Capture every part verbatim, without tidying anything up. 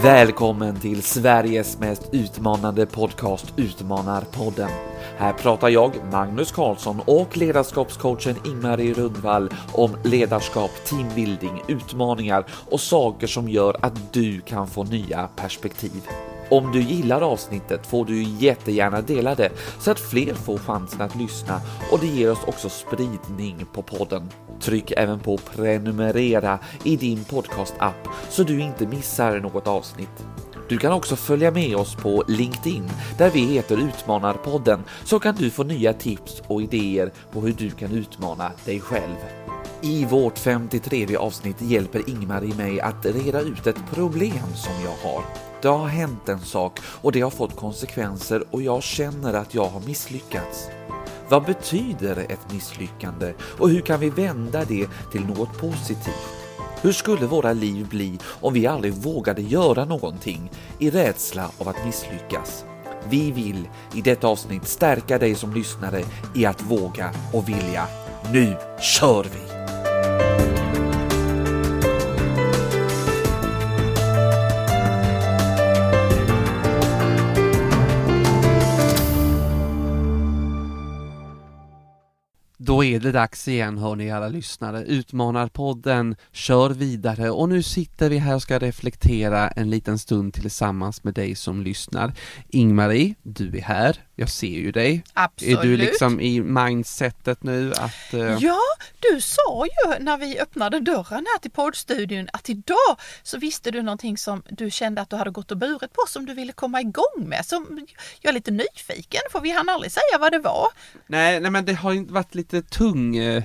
Välkommen till Sveriges mest utmanande podcast Utmanarpodden. Här pratar jag, Magnus Karlsson och ledarskapscoachen Ingmarie Rundvall om ledarskap, teambuilding, utmaningar och saker som gör att du kan få nya perspektiv. Om du gillar avsnittet får du jättegärna dela det så att fler får chansen att lyssna, och det ger oss också spridning på podden. Tryck även på prenumerera i din podcast-app så du inte missar något avsnitt. Du kan också följa med oss på LinkedIn där vi heter Utmanarpodden, så kan du få nya tips och idéer på hur du kan utmana dig själv. I vårt femtiotredje avsnitt hjälper Ingmarie mig att reda ut ett problem som jag har. Det har hänt en sak och det har fått konsekvenser och jag känner att jag har misslyckats. Vad betyder ett misslyckande och hur kan vi vända det till något positivt? Hur skulle våra liv bli om vi aldrig vågade göra någonting i rädsla av att misslyckas? Vi vill i detta avsnitt stärka dig som lyssnare i att våga och vilja. Nu kör vi! Då är det dags igen, hör ni alla lyssnare. Utmanarpodden kör vidare och nu sitter vi här och ska reflektera en liten stund tillsammans med dig som lyssnar. Ingmarie, du är här. Jag ser ju dig. Absolut. Är du liksom i mindsetet nu att... Uh... Ja, du sa ju när vi öppnade dörren här till poddstudion att idag så visste du någonting som du kände att du hade gått och burit på som du ville komma igång med. Som jag är lite nyfiken, för vi hann aldrig säga vad det var. Nej, nej men det har inte varit lite tung eh,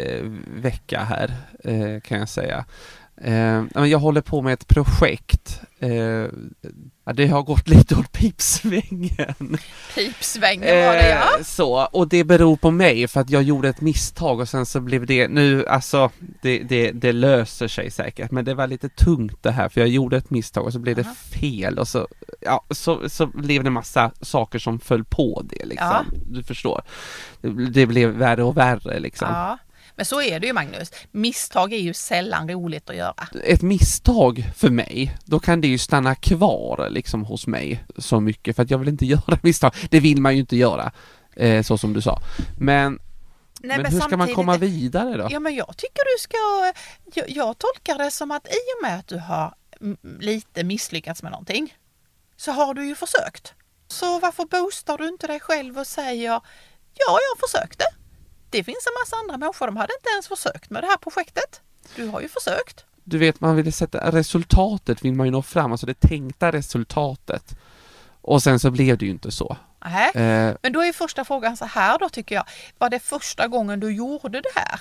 vecka här eh, kan jag säga. Eh, jag håller på med ett projekt. Eh, det har gått lite åt pipsvängen. Pipsvängen var det, ja. Eh, så, och det beror på mig för att jag gjorde ett misstag och sen så blev det nu, alltså det, det, det löser sig säkert, men det var lite tungt det här för jag gjorde ett misstag och så blev Aha. det fel och så, ja, så, så blev det massa saker som föll på det liksom. Ja. Du förstår. Det, det blev värre och värre liksom. Ja. Men så är det ju, Magnus. Misstag är ju sällan roligt att göra. Ett misstag för mig, då kan det ju stanna kvar liksom hos mig så mycket, för att jag vill inte göra misstag. Det vill man ju inte göra, eh, så som du sa. Men, Nej, men, men hur ska man komma vidare då? Ja, men jag tycker du ska... Jag, jag tolkar det som att i och med att du har m- lite misslyckats med någonting så har du ju försökt. Så varför boostar du inte dig själv och säger ja, jag försökte. Det finns en massa andra människor, de hade inte ens försökt med det här projektet. Du har ju försökt. Du vet, man vill sätta resultatet, vill man ju nå fram, alltså det tänkta resultatet. Och sen så blev det ju inte så. Nej, eh, men då är första frågan så här då, tycker jag. Var det första gången du gjorde det här?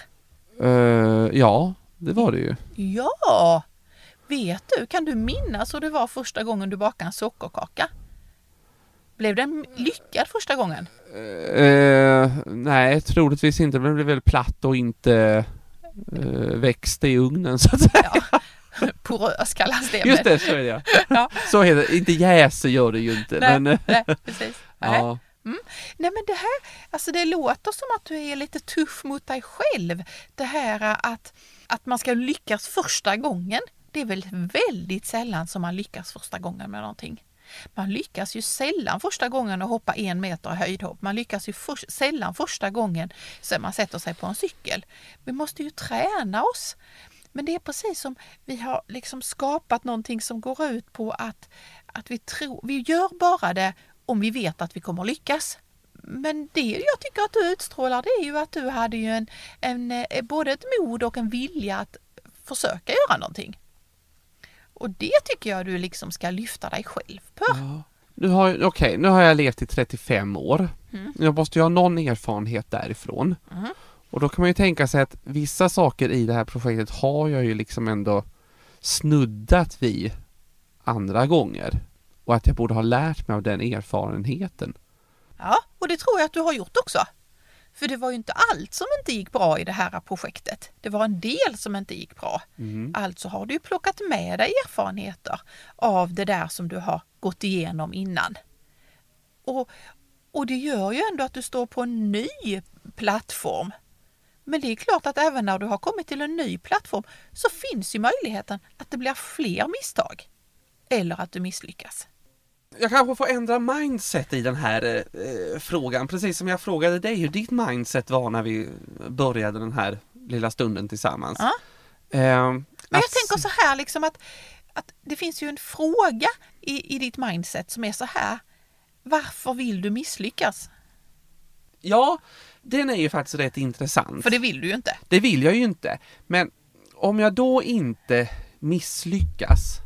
eh, ja, det var det ju. Ja, vet du, kan du minnas hur det var första gången du bakade en sockerkaka? Blev den lyckad första gången? Uh, nej, troligtvis inte. Men det blev väl platt och inte uh, växte i ugnen så att säga. Ja, porös kallas det. Just det, så är det. Ja. Så heter det. Inte jäser gör det ju inte. Nej, men, nej precis. Nej. Ja. Mm. Nej, men det här, alltså det låter som att du är lite tuff mot dig själv. Det här att, att man ska lyckas första gången. Det är väl väldigt sällan som man lyckas första gången med någonting. Man lyckas ju sällan första gången att hoppa en meter höjdhopp. Man lyckas ju för, sällan första gången som man sätter sig på en cykel. Vi måste ju träna oss. Men det är precis som vi har liksom skapat någonting som går ut på att, att vi tror, vi gör bara det om vi vet att vi kommer att lyckas. Men det jag tycker att du utstrålar, det är ju att du hade ju en, en, både ett mod och en vilja att försöka göra någonting. Och det tycker jag du liksom ska lyfta dig själv på. Ja. Nu har, okej, okay, nu har jag levt i trettiofem år. Mm. Jag måste ju ha någon erfarenhet därifrån. Mm. Och då kan man ju tänka sig att vissa saker i det här projektet har jag ju liksom ändå snuddat vid andra gånger. Och att jag borde ha lärt mig av den erfarenheten. Ja, och det tror jag att du har gjort också. För det var ju inte allt som inte gick bra i det här projektet. Det var en del som inte gick bra. Mm. Alltså har du plockat med dig erfarenheter av det där som du har gått igenom innan. Och, och det gör ju ändå att du står på en ny plattform. Men det är klart att även när du har kommit till en ny plattform så finns ju möjligheten att det blir fler misstag. eller att du misslyckas. Jag kanske får ändra mindset i den här eh, frågan, precis som jag frågade dig hur ditt mindset var när vi började den här lilla stunden tillsammans. Ja. Eh, Men jag att... tänker så här liksom att, att det finns ju en fråga i, i ditt mindset som är så här: varför vill du misslyckas? Ja, den är ju faktiskt rätt intressant. För det vill du ju inte. Det vill jag ju inte. Men om jag då inte misslyckas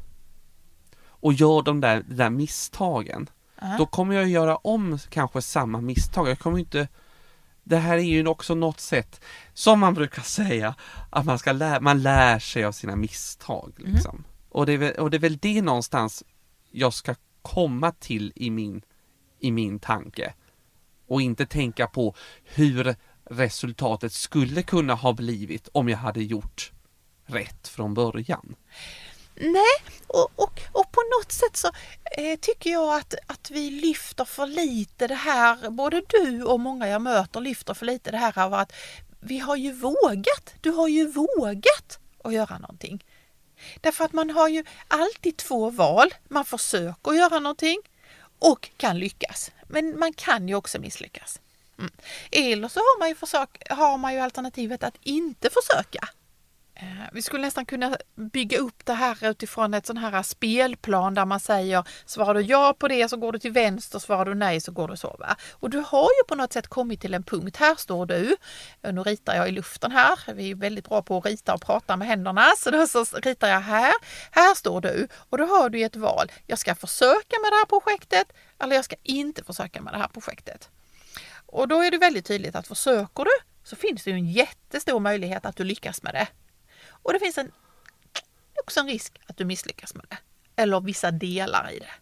och gör de där, de där misstagen, Uh-huh. då kommer jag göra om kanske samma misstag. Jag kommer inte... Det här är ju också något sätt, som man brukar säga, att man, ska lä- man lär sig av sina misstag. Liksom. Mm. Och, det är väl, och det är väl det någonstans jag ska komma till i min, i min tanke. Och inte tänka på hur resultatet skulle kunna ha blivit om jag hade gjort rätt från början. Nej, och, och, och på något sätt så eh, tycker jag att, att vi lyfter för lite det här, både du och många jag möter lyfter för lite det här av att vi har ju vågat, du har ju vågat att göra någonting. Därför att man har ju alltid två val, man försöker göra någonting och kan lyckas, men man kan ju också misslyckas. Mm. Eller så har man, ju försök, har man ju alternativet att inte försöka. Vi skulle nästan kunna bygga upp det här utifrån ett sån här spelplan där man säger, svarar du ja på det så går du till vänster, svarar du nej så går du så. Va? Och du har ju på något sätt kommit till en punkt, här står du, nu ritar jag i luften här, vi är väldigt bra på att rita och prata med händerna, så då så ritar jag här, här står du och då har du ett val, jag ska försöka med det här projektet eller jag ska inte försöka med det här projektet. Och då är det väldigt tydligt att försöker du så finns det ju en jättestor möjlighet att du lyckas med det. Och det finns en, också en risk att du misslyckas med det. Eller vissa delar i det.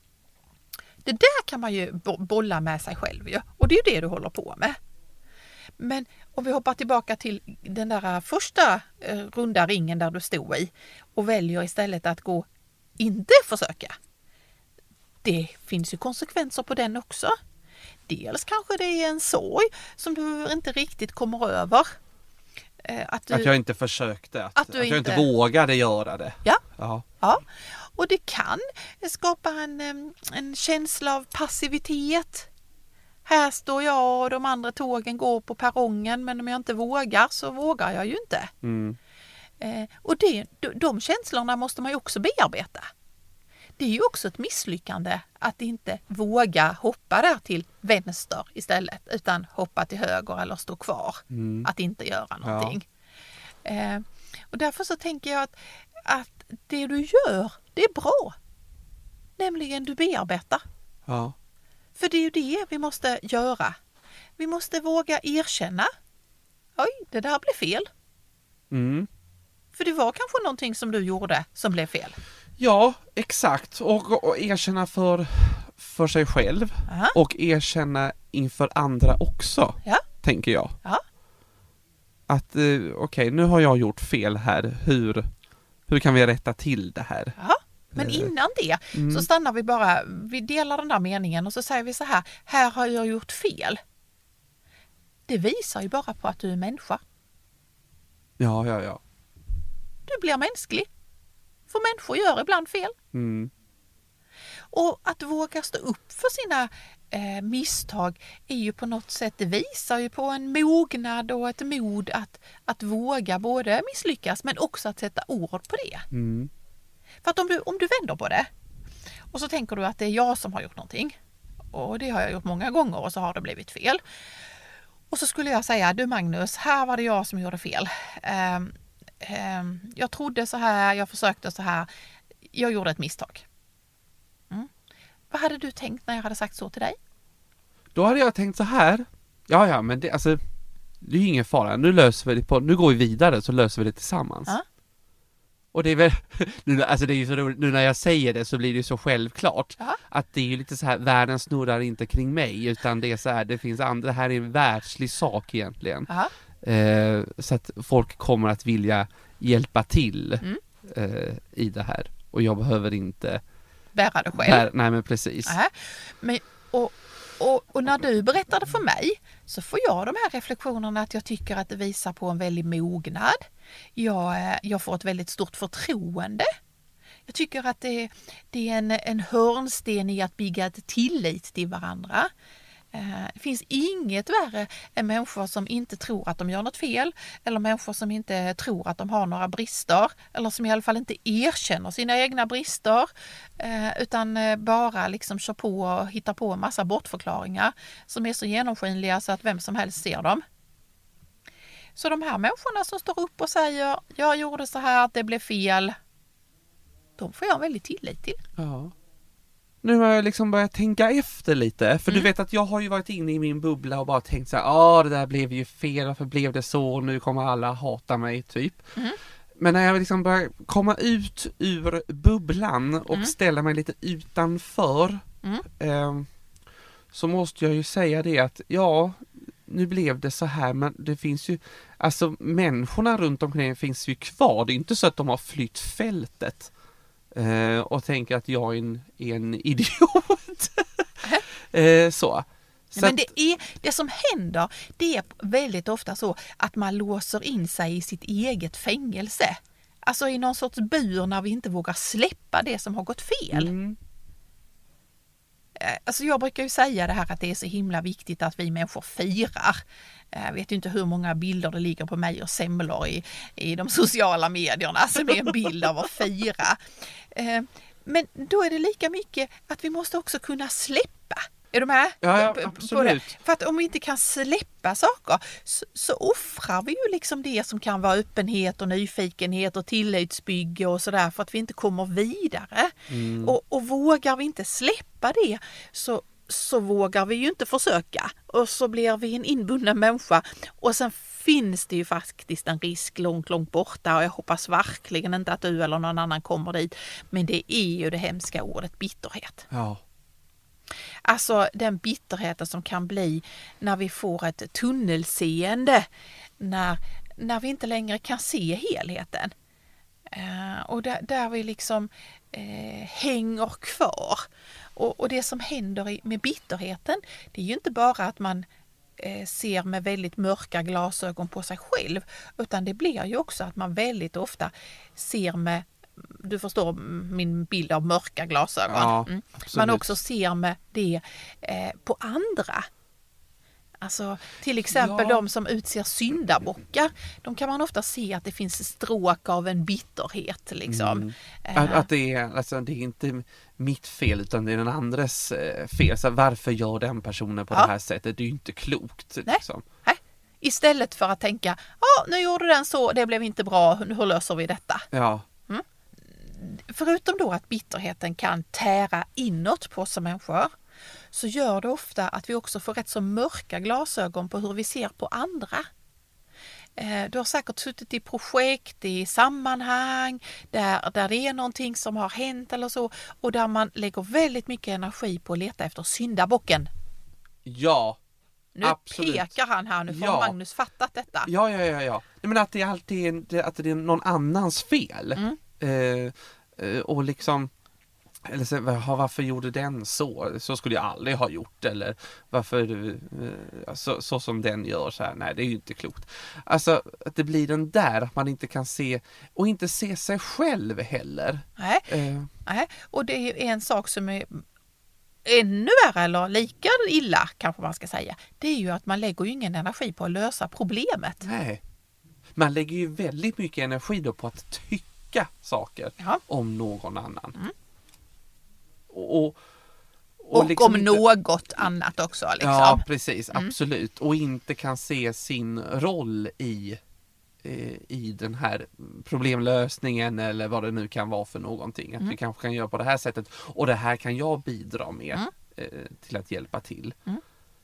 Det där kan man ju bolla med sig själv ju. Och det är ju det du håller på med. Men om vi hoppar tillbaka till den där första eh, runda ringen där du stod i. Och väljer istället att gå inte försöka. Det finns ju konsekvenser på den också. Dels kanske det är en sorg som du inte riktigt kommer över. Att, du, att jag inte försökte, att, att, att du jag inte, inte vågade göra det. Ja, ja. ja. Och det kan skapa en, en känsla av passivitet. Här står jag och de andra tågen går på perrongen, men om jag inte vågar så vågar jag ju inte. Mm. Eh, och det, de, de känslorna måste man ju också bearbeta. Det är ju också ett misslyckande att inte våga hoppa där till vänster istället, utan hoppa till höger eller stå kvar. Mm. Att inte göra någonting. Ja. Eh, och därför så tänker jag att, att det du gör, det är bra. Nämligen du bearbetar. Ja. För det är ju det vi måste göra. Vi måste våga erkänna. Oj, det där blev fel. Mm. För det var kanske någonting som du gjorde som blev fel. Ja, exakt. Och, och erkänna för, för sig själv. Aha. Och erkänna inför andra också, ja. Tänker jag. Ja. Att, eh, okej, okay, nu har jag gjort fel här. Hur, hur kan vi rätta till det här? Ja. Men innan det mm. så stannar vi bara, vi delar den där meningen och så säger vi så här, här har jag gjort fel. Det visar ju bara på att du är människa. Ja, ja, ja. Du blir mänsklig. För människor gör ibland fel. Mm. Och att våga stå upp för sina eh, misstag är ju på något sätt, det visar ju på en mognad och ett mod att, att våga både misslyckas men också att sätta ord på det. Mm. För att om du, om du vänder på det och så tänker du att det är jag som har gjort någonting och det har jag gjort många gånger och så har det blivit fel. Och så skulle jag säga, du Magnus, här var det jag som gjorde fel. Um, um, jag trodde så här, jag försökte så här, jag gjorde ett misstag. Mm. Vad hade du tänkt när jag hade sagt så till dig? Då hade jag tänkt så här, ja ja men det, alltså, det är ju ingen fara, nu löser vi det på, nu går vi vidare så löser vi det tillsammans. Uh. Och det är väl, nu, alltså det är ju så roligt, nu när jag säger det så blir det ju så självklart. Aha. Att det är ju lite så här, världen snurrar inte kring mig utan det är så här, det finns andra, det här är en världslig sak egentligen. Eh, så att folk kommer att vilja hjälpa till mm. eh, i det här. Och jag behöver inte bära det själv. Bär, nej men precis. Aha. Men, och, och, och när du berättade för mig så får jag de här reflektionerna att jag tycker att det visar på en väldig mognad. Jag, jag får ett väldigt stort förtroende. Jag tycker att det, det är en, en hörnsten i att bygga ett tillit till varandra. Det finns inget värre än människor som inte tror att de gör något fel, eller människor som inte tror att de har några brister, eller som i alla fall inte erkänner sina egna brister, utan bara liksom kör på och hittar på en massa bortförklaringar som är så genomskinliga så att vem som helst ser dem. Så de här människorna som står upp och säger jag gjorde så här, att det blev fel, de får jag väldigt tillit till. Ja. Nu har jag liksom börjat tänka efter lite. För Mm. du vet att jag har ju varit inne i min bubbla och bara tänkt så här, ja ah, det där blev ju fel, varför blev det så? Och nu kommer alla hata mig typ. Mm. Men när jag liksom börjar komma ut ur bubblan och Mm. ställa mig lite utanför Mm. eh, så måste jag ju säga det att ja, nu blev det så här, men det finns ju, alltså människorna runt omkring finns ju kvar. Det är inte så att de har flytt fältet. Uh, och tänker att jag är en, är en idiot. uh, så. så Men att, det, är, det som händer, det är väldigt ofta så att man låser in sig i sitt eget fängelse. Alltså i någon sorts bur när vi inte vågar släppa det som har gått fel. mm, Alltså jag brukar ju säga det här att det är så himla viktigt att vi människor firar. Jag vet ju inte hur många bilder det ligger på mig och semlor i, i de sociala medierna som är en bild av att fira. Men då är det lika mycket att vi måste också kunna släppa. Är du med? Ja, ja, På det? absolut. För att om vi inte kan släppa saker så, så offrar vi ju liksom det som kan vara öppenhet och nyfikenhet och tillitsbygge och sådär för att vi inte kommer vidare. Mm. Och, och vågar vi inte släppa det så, så vågar vi ju inte försöka. Och så blir vi en inbunden människa. Och sen finns det ju faktiskt en risk långt, långt borta och jag hoppas verkligen inte att du eller någon annan kommer dit. Men det är ju det hemska ordet bitterhet. Ja. Alltså den bitterheten som kan bli när vi får ett tunnelseende, när, när vi inte längre kan se helheten. Uh, och där, där vi liksom uh, hänger kvar. Och, och det som händer i, med bitterheten, det är ju inte bara att man uh, ser med väldigt mörka glasögon på sig själv, utan det blir ju också att man väldigt ofta ser med, du förstår min bild av mörka glasögon. Ja, mm. absolut. Man också ser med det eh, på andra. Alltså till exempel Ja. de som utser syndabockar. De kan man ofta se att det finns stråk av en bitterhet. Liksom. Mm. Eh, Att, att det, är, alltså, det är inte mitt fel utan det är den andres eh, fel. Så varför gör den personen på Ja. det här sättet? Det är ju inte klokt. Nej. Liksom. nej. Istället för att tänka, ja nu gjorde den så, det blev inte bra, hur löser vi detta? Ja. Förutom då att bitterheten kan tära inåt på oss som människor, så gör det ofta att vi också får rätt så mörka glasögon på hur vi ser på andra. Du har säkert suttit i projekt, i sammanhang där, där det är någonting som har hänt eller så, och där man lägger väldigt mycket energi på att leta efter syndabocken. Ja. Nu Absolut. pekar han här, nu får Ja. Magnus fattat detta. Ja, ja, ja, ja. Nej, men att det alltid är, det- att det är någon annans fel. Mm. Eh, eh, och liksom, eller så, "Jaha, varför gjorde den så? Så skulle jag aldrig ha gjort. Eller varför, eh, så, så som den gör så här. Nej, det är ju inte klokt. Alltså, att det blir den där, att man inte kan se, och inte se sig själv heller. Nej. Eh, Nej, och det är en sak som är ännu värre eller lika illa kanske man ska säga. Det är ju att man lägger ju ingen energi på att lösa problemet. nej. Man lägger ju väldigt mycket energi då på att tycka saker Ja. om någon annan. Mm. Och, och, Och, liksom om inte- något annat också. Liksom. Ja, precis. Mm. Absolut. Och inte kan se sin roll i, eh, i den här problemlösningen eller vad det nu kan vara för någonting. Att Mm. vi kanske kan göra på det här sättet. Och det här kan jag bidra med Mm. eh, till att hjälpa till. Mm.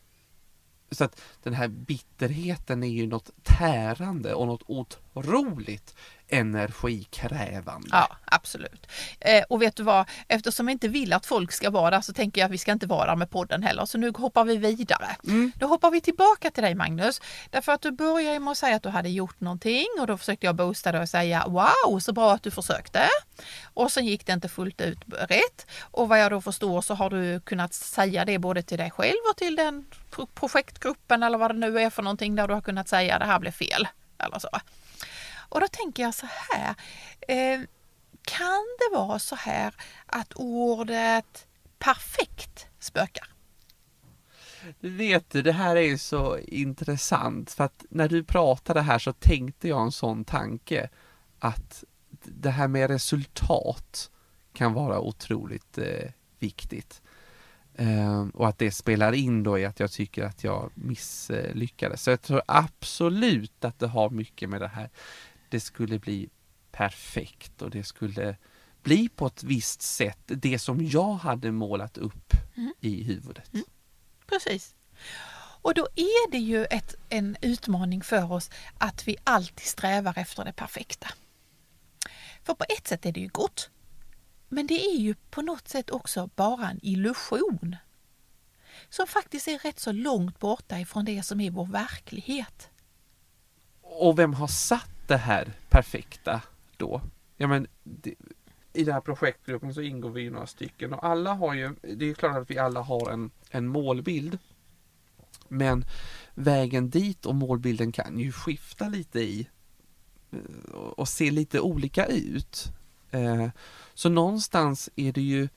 Så att den här bitterheten är ju något tärande och något otroligt energikrävande. Ja, absolut. Eh, och vet du vad, eftersom vi inte vill att folk ska vara där så tänker jag att vi ska inte vara där med podden heller. Så nu hoppar vi vidare. Mm. Då hoppar vi tillbaka till dig Magnus. Därför att du började med att säga att du hade gjort någonting och då försökte jag boosta dig och säga wow, så bra att du försökte. Och sen gick det inte fullt ut rätt. Och vad jag då förstår så har du kunnat säga det både till dig själv och till den pro- projektgruppen eller vad det nu är för någonting där du har kunnat säga det här blev fel eller så. Och då tänker jag så här, eh, kan det vara så här att ordet perfekt spökar? Du vet du, det här är ju så intressant för att när du pratade här så tänkte jag en sån tanke att det här med resultat kan vara otroligt eh, viktigt. Eh, och att det spelar in då i att jag tycker att jag misslyckades. Så jag tror absolut att det har mycket med det här. Det skulle bli perfekt och det skulle bli på ett visst sätt det som jag hade målat upp mm. i huvudet. Mm. Precis. Och då är det ju ett, en utmaning för oss att vi alltid strävar efter det perfekta. För på ett sätt är det ju gott. Men det är ju på något sätt också bara en illusion. Som faktiskt är rätt så långt borta ifrån det som är vår verklighet. Och vem har satt det här perfekta då? Ja, men det, i den här projektgruppen så ingår vi ju några stycken. Och alla har ju, det är ju klart att vi alla har en, en målbild. Men vägen dit och målbilden kan ju skifta lite i och se lite olika ut. Så någonstans är det ju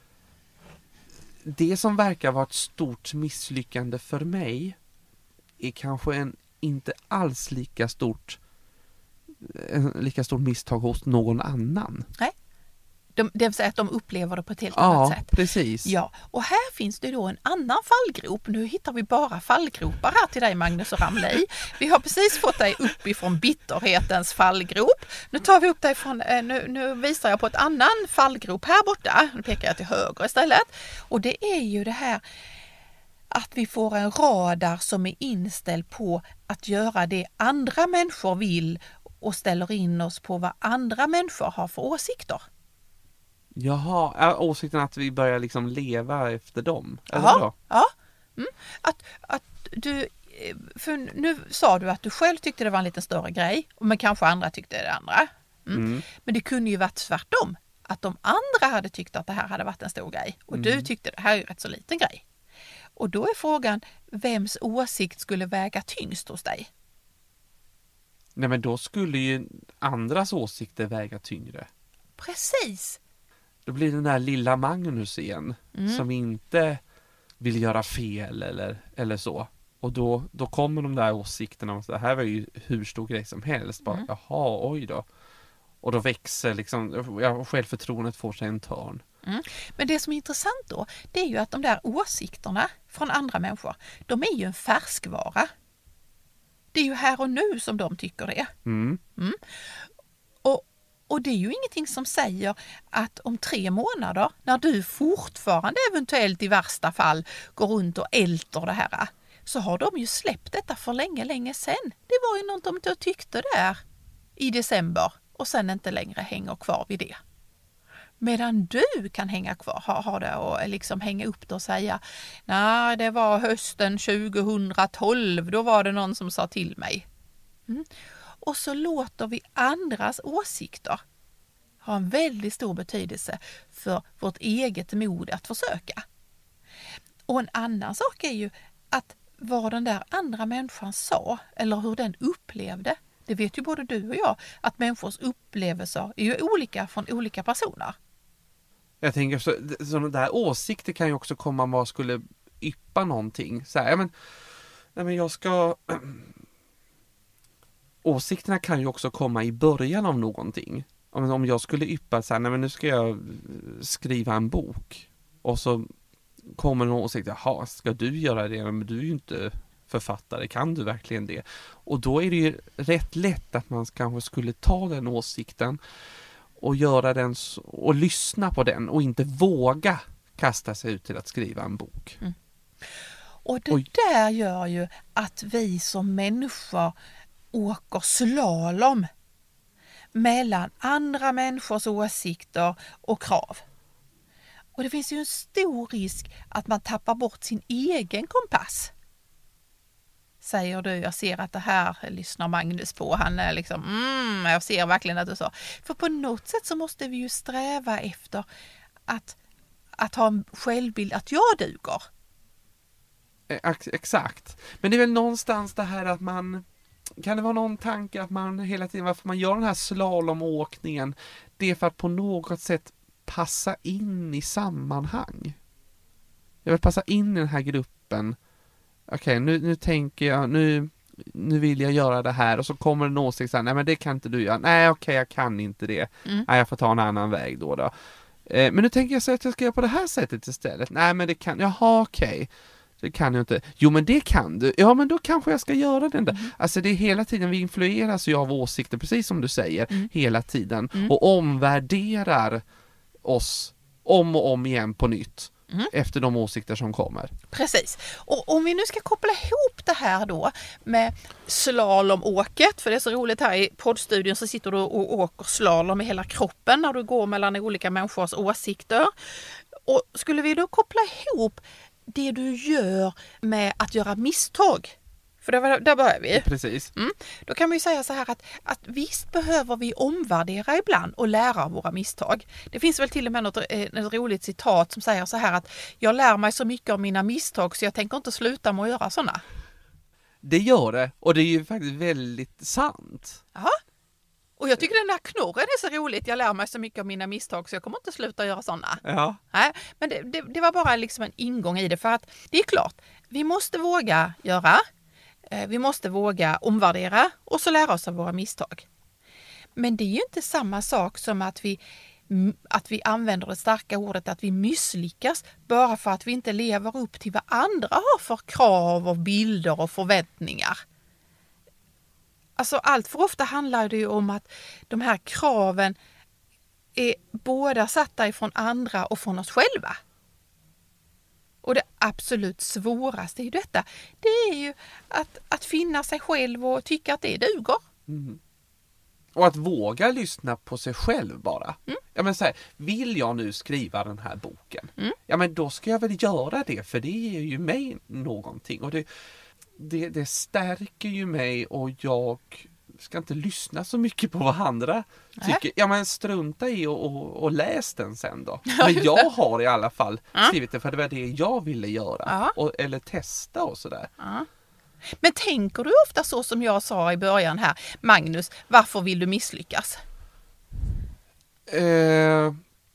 det som verkar vara ett stort misslyckande för mig är kanske en inte alls lika stort en lika stort misstag hos någon annan. Nej. De, det vill säga att de upplever det på ett helt ja, annat sätt. Precis. Ja, och här finns det då en annan fallgrop. Nu hittar vi bara fallgropar här till dig, Magnus, och ramla i. Vi har precis fått dig upp ifrån bitterhetens fallgrop. Nu tar vi upp dig från, nu, nu visar jag på ett annan fallgrop här borta. Nu pekar jag till höger istället. Och det är ju det här att vi får en radar som är inställd på att göra det andra människor vill och ställer in oss på vad andra människor har för åsikter. Jaha, åsikten att vi börjar liksom leva efter dem. Jaha, ja. Mm. Att, att du, för nu sa du att du själv tyckte det var en lite större grej, men kanske andra tyckte det andra. Mm. Mm. Men det kunde ju varit tvärtom. Att de andra hade tyckt att det här hade varit en stor grej och mm. du tyckte det här är en rätt så liten grej. Och då är frågan, vems åsikt skulle väga tyngst hos dig? Nej, men då skulle ju andras åsikter väga tyngre. Precis. Då blir den där lilla Magnus igen mm. som inte vill göra fel eller, eller så. Och då, då kommer de där åsikterna om att det här var ju hur stor grej som helst. Bara, mm. jaha, oj då. Och då växer liksom, ja, självförtroendet får sig en törn. Mm. Men det som är intressant då, det är ju att de där åsikterna från andra människor, de är ju en färskvara. Det är ju här och nu som de tycker det. Mm. Mm. Och, och det är ju ingenting som säger att om tre månader, när du fortfarande eventuellt i värsta fall går runt och älter det här, så har de ju släppt detta för länge, länge sedan. Det var ju något de tyckte där i december och sen inte längre hänger kvar vid det. Medan du kan hänga kvar, ha, ha det och liksom hänga upp det och säga, nej, det var hösten tjugohundratolv, då var det någon som sa till mig. Mm. Och så låter vi andras åsikter ha en väldigt stor betydelse för vårt eget mod att försöka. Och en annan sak är ju att vad den där andra människan sa eller hur den upplevde, det vet ju både du och jag, att människors upplevelser är ju olika från olika personer. Jag tänker så, sådana där åsikter kan ju också komma om man skulle yppa någonting. Så här, men, nej men jag ska... Åsikterna kan ju också komma i början av någonting. Om, om jag skulle yppa så här, nej men nu ska jag skriva en bok. Och så kommer någon åsikt, jaha, ska du göra det? Men du är ju inte författare, kan du verkligen det? Och då är det ju rätt lätt att man kanske skulle ta den åsikten och göra den och lyssna på den och inte våga kasta sig ut till att skriva en bok. Mm. Och det Oj. där gör ju att vi som människor åker slalom mellan andra människors åsikter och krav. Och det finns ju en stor risk att man tappar bort sin egen kompass. Säger du, jag ser att det här lyssnar Magnus på. Han är liksom, mm, jag ser verkligen att du sa. För på något sätt så måste vi ju sträva efter att, att ha en självbild att jag duger. Exakt. Men det är väl någonstans det här att man, kan det vara någon tanke att man hela tiden, varför man gör den här slalomåkningen, det är för att på något sätt passa in i sammanhang. Jag vill passa in i den här gruppen. Okej, okay, nu, nu tänker jag, nu, nu vill jag göra det här, och så kommer en åsikt så här, nej men det kan inte du göra. Nej okej, okay, jag kan inte det. Mm. Nej, jag får ta en annan väg då då. Eh, men nu tänker jag så att jag ska göra på det här sättet istället. Nej men det kan, jaha okej. Okay. Det kan jag inte. Jo men det kan du. Ja men då kanske jag ska göra den där. Mm. Alltså det är hela tiden, vi influeras ju av åsikter, precis som du säger, mm. hela tiden. Mm. Och omvärderar oss om och om igen på nytt. Mm. Efter de åsikter som kommer. Precis. Och om vi nu ska koppla ihop det här då med slalomåket, för det är så roligt här i poddstudion så sitter du och åker slalom med hela kroppen när du går mellan olika människors åsikter. Och skulle vi då koppla ihop det du gör med att göra misstag, för där, där börjar vi. Precis. Mm. Då kan man ju säga så här att, att visst behöver vi omvärdera ibland och lära av våra misstag. Det finns väl till och med något, ett roligt citat som säger så här att jag lär mig så mycket av mina misstag så jag tänker inte sluta med att göra sådana. Det gör det, och det är ju faktiskt väldigt sant. Ja. Och jag tycker den här knorren är så roligt. Jag lär mig så mycket av mina misstag så jag kommer inte sluta göra sådana. Ja. Nej, men det, det, det var bara liksom en ingång i det, för att det är klart, vi måste våga göra, vi måste våga omvärdera och så lära oss av våra misstag. Men det är ju inte samma sak som att vi, att vi använder det starka ordet att vi misslyckas bara för att vi inte lever upp till vad andra har för krav och bilder och förväntningar. Alltså allt för ofta handlar det ju om att de här kraven är båda satta ifrån andra och från oss själva. Och det absolut svåraste i detta, det är ju att, att finna sig själv och tycka att det duger. Mm. Och att våga lyssna på sig själv bara. Mm. Ja, men så här, vill jag nu skriva den här boken? Mm. Ja men då ska jag väl göra det, för det ger ju mig någonting. Och det... Det, det stärker ju mig, och jag ska inte lyssna så mycket på vad andra tycker. Nej. Ja men strunta i och, och, och läs den sen då. Men jag har i alla fall ja. skrivit det för det var det jag ville göra. Ja. Och, eller testa och sådär. Ja. Men tänker du ofta så som jag sa i början här, Magnus, varför vill du misslyckas? Eh,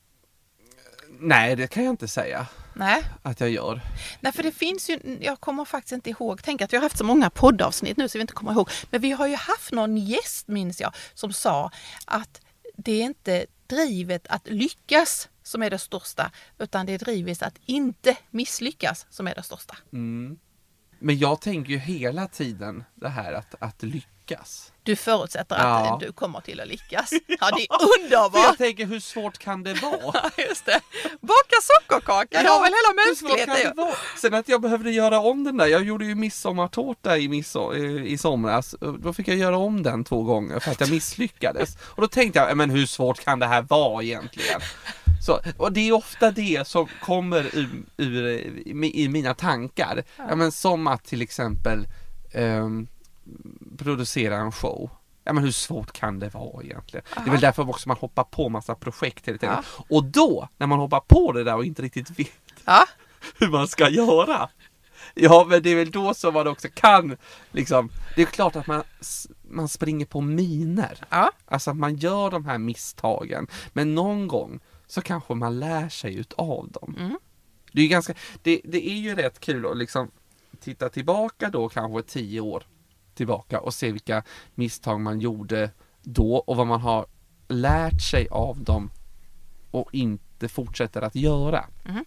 nej, det kan jag inte säga. Nej. Att jag gör. Nej, för det finns ju, jag kommer faktiskt inte ihåg, tänk att jag har haft så många poddavsnitt nu så vi inte kommer ihåg, men vi har ju haft någon gäst, minns jag, som sa att det är inte drivet att lyckas som är det största, utan det är drivet att inte misslyckas som är det största. Mm. Men jag tänker ju hela tiden det här att, att lyckas. Du förutsätter att ja. du kommer till att lyckas. Ja, det är underbart. Jag tänker, hur svårt kan det vara? Ja, just det. Baka sockerkaka, ja, det har väl hela mänskligheten. Sen att jag behövde göra om den där. Jag gjorde ju midsommartårta i, midsom- i somras. Då fick jag göra om den två gånger för att jag misslyckades. Och då tänkte jag, men hur svårt kan det här vara egentligen? Så, och det är ofta det som kommer ur, ur, i mina tankar. Ja. Ja, men som att till exempel um, producera en show. Ja, men hur svårt kan det vara egentligen? Aha. Det är väl därför också man hoppar på massa projekt hela tiden. Ja. Och då, när man hoppar på det där och inte riktigt vet ja. hur man ska göra. Ja, men det är väl då som man också kan liksom, det är klart att man, man springer på miner. Ja. Alltså att man gör de här misstagen. Men någon gång så kanske man lär sig utav dem. Mm. Det är ganska, det, det är ju rätt kul att liksom titta tillbaka då kanske tio år tillbaka och se vilka misstag man gjorde då och vad man har lärt sig av dem och inte fortsätter att göra. Mm.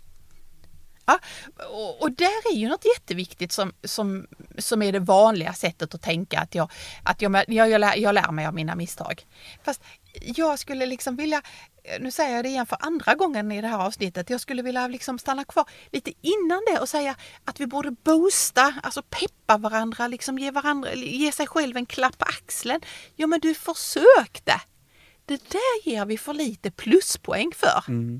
Ja, och, och där är ju något jätteviktigt som, som, som är det vanliga sättet att tänka att jag, att jag, jag, jag, lär, jag lär mig av mina misstag. Fast jag skulle liksom vilja, nu säger jag det igen för andra gången i det här avsnittet, jag skulle vilja liksom stanna kvar lite innan det och säga att vi borde boosta, alltså peppa varandra, liksom ge, varandra, ge sig själv en klapp på axeln. Ja men du försökte. Det där ger vi för lite pluspoäng för. Mm.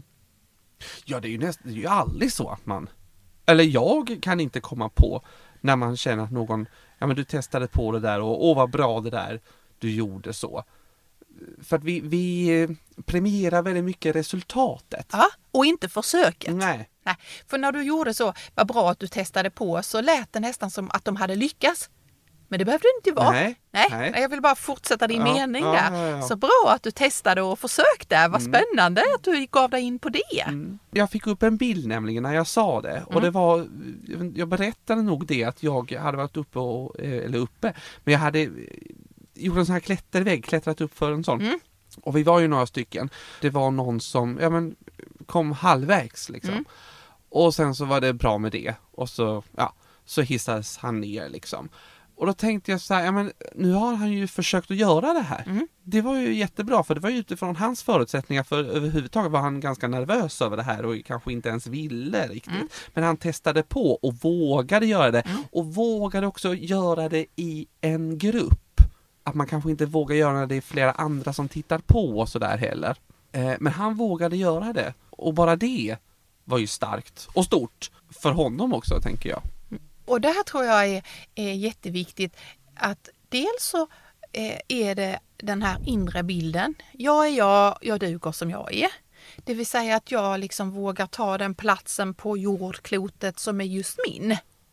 Ja, det är ju nästan, det är ju aldrig så att man, eller jag kan inte komma på när man känner att någon, ja men du testade på det där och åh vad bra det där du gjorde så. För att vi, vi premierar väldigt mycket resultatet. Ja, och inte försöket. Nej. Nej. För när du gjorde så, vad bra att du testade på, så lät det nästan som att de hade lyckats. Men det behövde det inte vara. Nej, nej. nej. Jag vill bara fortsätta din Ja, mening ja, där. ja, ja. Så bra att du testade och försökte. Vad Mm. spännande att du gav dig in på det. Mm. Jag fick upp en bild nämligen när jag sa det. Och Mm. det var, jag berättade nog det att jag hade varit uppe, och, eller uppe, men jag hade gjort en sån här klättervägg, klättrat upp för en sån. Mm. Och vi var ju några stycken. Det var någon som ja, men, kom halvvägs liksom. Mm. Och sen så var det bra med det. Och så, ja, så hissades han ner liksom. Och då tänkte jag så här, ja men nu har han ju försökt att göra det här. Mm. Det var ju jättebra, för det var ju utifrån hans förutsättningar, för överhuvudtaget var han ganska nervös över det här och kanske inte ens ville riktigt. Mm. Men han testade på och vågade göra det. Mm. Och vågade också göra det i en grupp. Att man kanske inte vågar göra det i flera andra som tittar på och sådär heller. Eh, men han vågade göra det. Och bara det var ju starkt och stort för honom också, tänker jag. Och det här tror jag är, är jätteviktigt. Att dels så eh, är det den här inre bilden. Jag är jag, jag duger som jag är. Det vill säga att jag liksom vågar ta den platsen på jordklotet som är just min.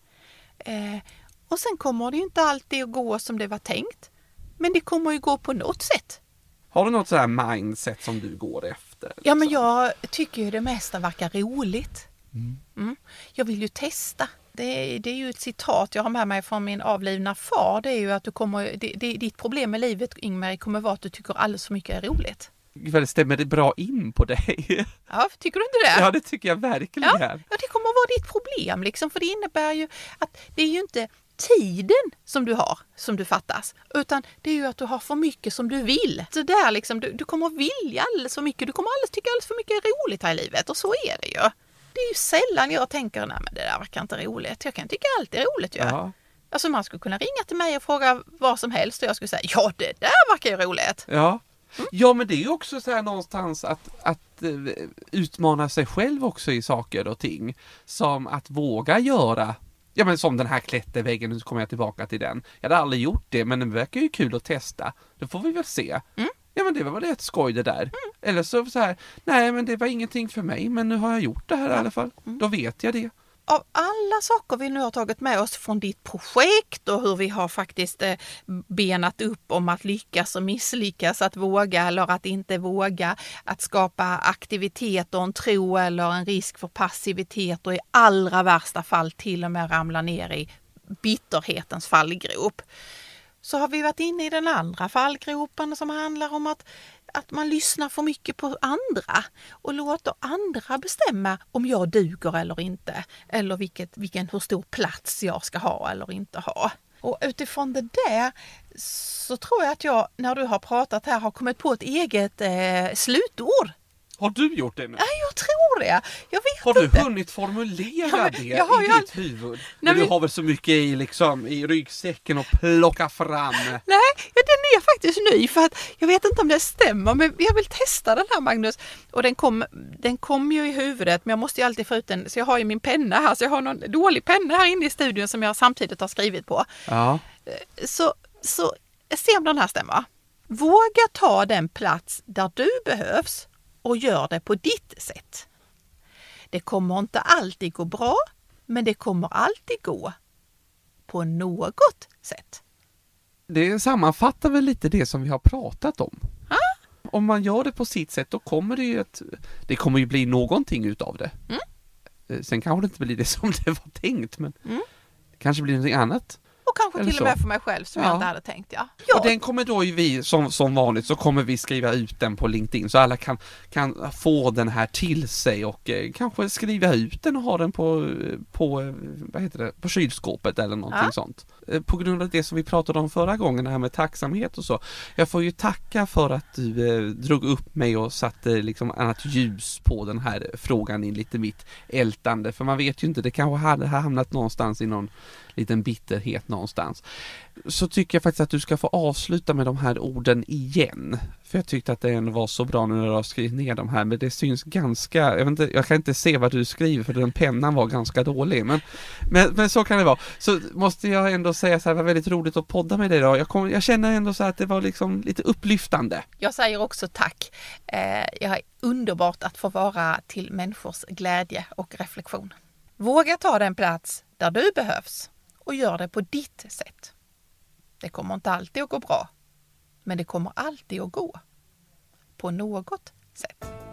Eh, och sen kommer det ju inte alltid att gå som det var tänkt. Men det kommer ju gå på något sätt. Har du något sådär mindset som du går efter? Liksom? Ja, men jag tycker ju det mesta verkar roligt. Mm. Mm. Jag vill ju testa. Det är, det är ju ett citat jag har med mig från min avlivna far. Det är ju att du kommer, det, det, ditt problem med livet, Ingmar, kommer vara att du tycker alldeles för mycket är roligt. Väl stämmer det bra in på dig? Ja, tycker du inte det? Ja, det tycker jag verkligen. Ja, ja, det kommer att vara ditt problem liksom, för det innebär ju att det är ju inte tiden som du har, som du fattas, utan det är ju att du har för mycket som du vill. Så där liksom, du, du kommer att vilja alldeles för mycket, du kommer alldeles tycka alldeles för mycket är roligt här i livet, och så är det ju. Det är ju sällan jag tänker, nej men det där verkar inte roligt. Jag kan tycka allt är roligt ju. Ja. Alltså man skulle kunna ringa till mig och fråga vad som helst och jag skulle säga, ja det där verkar ju roligt. Ja. Ja, men det är ju också så här någonstans att, att uh, utmana sig själv också i saker och ting. Som att våga göra, ja men som den här klätterväggen, nu kommer jag tillbaka till den. Jag hade aldrig gjort det, men det verkar ju kul att testa. Det får vi väl se. Mm. Ja, men det var rätt skoj det där. Mm. Eller så så här, nej men det var ingenting för mig, men nu har jag gjort det här i alla fall. Mm. Då vet jag det. Av alla saker vi nu har tagit med oss från ditt projekt och hur vi har faktiskt eh, benat upp om att lyckas och misslyckas, att våga eller att inte våga, att skapa aktivitet och en tro eller en risk för passivitet och i allra värsta fall till och med ramla ner i bitterhetens fallgrop. Så har vi varit inne i den andra fallgropen som handlar om att, att man lyssnar för mycket på andra och låter andra bestämma om jag duger eller inte. Eller vilket, vilken, hur stor plats jag ska ha eller inte ha. Och utifrån det där så tror jag att jag, när du har pratat här, har kommit på ett eget eh, slutord. Har du gjort det nu? Ja, jag tror det. Jag vet Har du inte. hunnit formulera Ja, men det jag har i ju ditt all- huvud? Nej, Men du men- har väl så mycket i, liksom, i ryggsäcken och plocka fram? Nej, ja, den är faktiskt ny för att jag vet inte om det stämmer, men jag vill testa den här, Magnus. Och den kom, den kom ju i huvudet, men jag måste ju alltid få ut den, så jag har ju min penna här, så jag har någon dålig penna här inne i studion som jag samtidigt har skrivit på. Ja. Så, så se om den här stämmer. Våga ta den plats där du behövs och gör det på ditt sätt. Det kommer inte alltid gå bra, men det kommer alltid gå på något sätt. Det sammanfattar väl lite det som vi har pratat om. Ah? Om man gör det på sitt sätt, då kommer det ju ett, det kommer ju bli någonting utav det. Mm. Sen kanske det inte blir det som det var tänkt, men Mm. det kanske blir någonting annat. Och kanske Eller till och med så. för mig själv som Ja. jag inte hade tänkt. Ja. Ja. Och den kommer då ju vi, som, som vanligt, så kommer vi skriva ut den på LinkedIn så alla kan, kan få den här till sig och eh, kanske skriva ut den och ha den på, på, eh, vad heter det, på kylskåpet eller någonting Ja. sånt. Eh, på grund av det som vi pratade om förra gången, det här med tacksamhet och så. Jag får ju tacka för att du eh, drog upp mig och satte liksom annat ljus på den här frågan i lite mitt ältande. För man vet ju inte, det kanske hade hamnat någonstans i någon liten bitterhet någonstans. Så tycker jag faktiskt att du ska få avsluta med de här orden igen. För jag tyckte att det ändå var så bra nu när du har skrivit ner de här. Men det syns ganska, jag, vet inte, jag kan inte se vad du skriver för den pennan var ganska dålig. Men, men, men så kan det vara. Så måste jag ändå säga så här, det var väldigt roligt att podda med dig idag. Jag, kom, jag känner ändå så här att det var liksom lite upplyftande. Jag säger också tack. Eh, jag är underbart att få vara till människors glädje och reflektion. Våga ta den plats där du behövs och gör det på ditt sätt. Det kommer inte alltid att gå bra, men det kommer alltid att gå. På något sätt.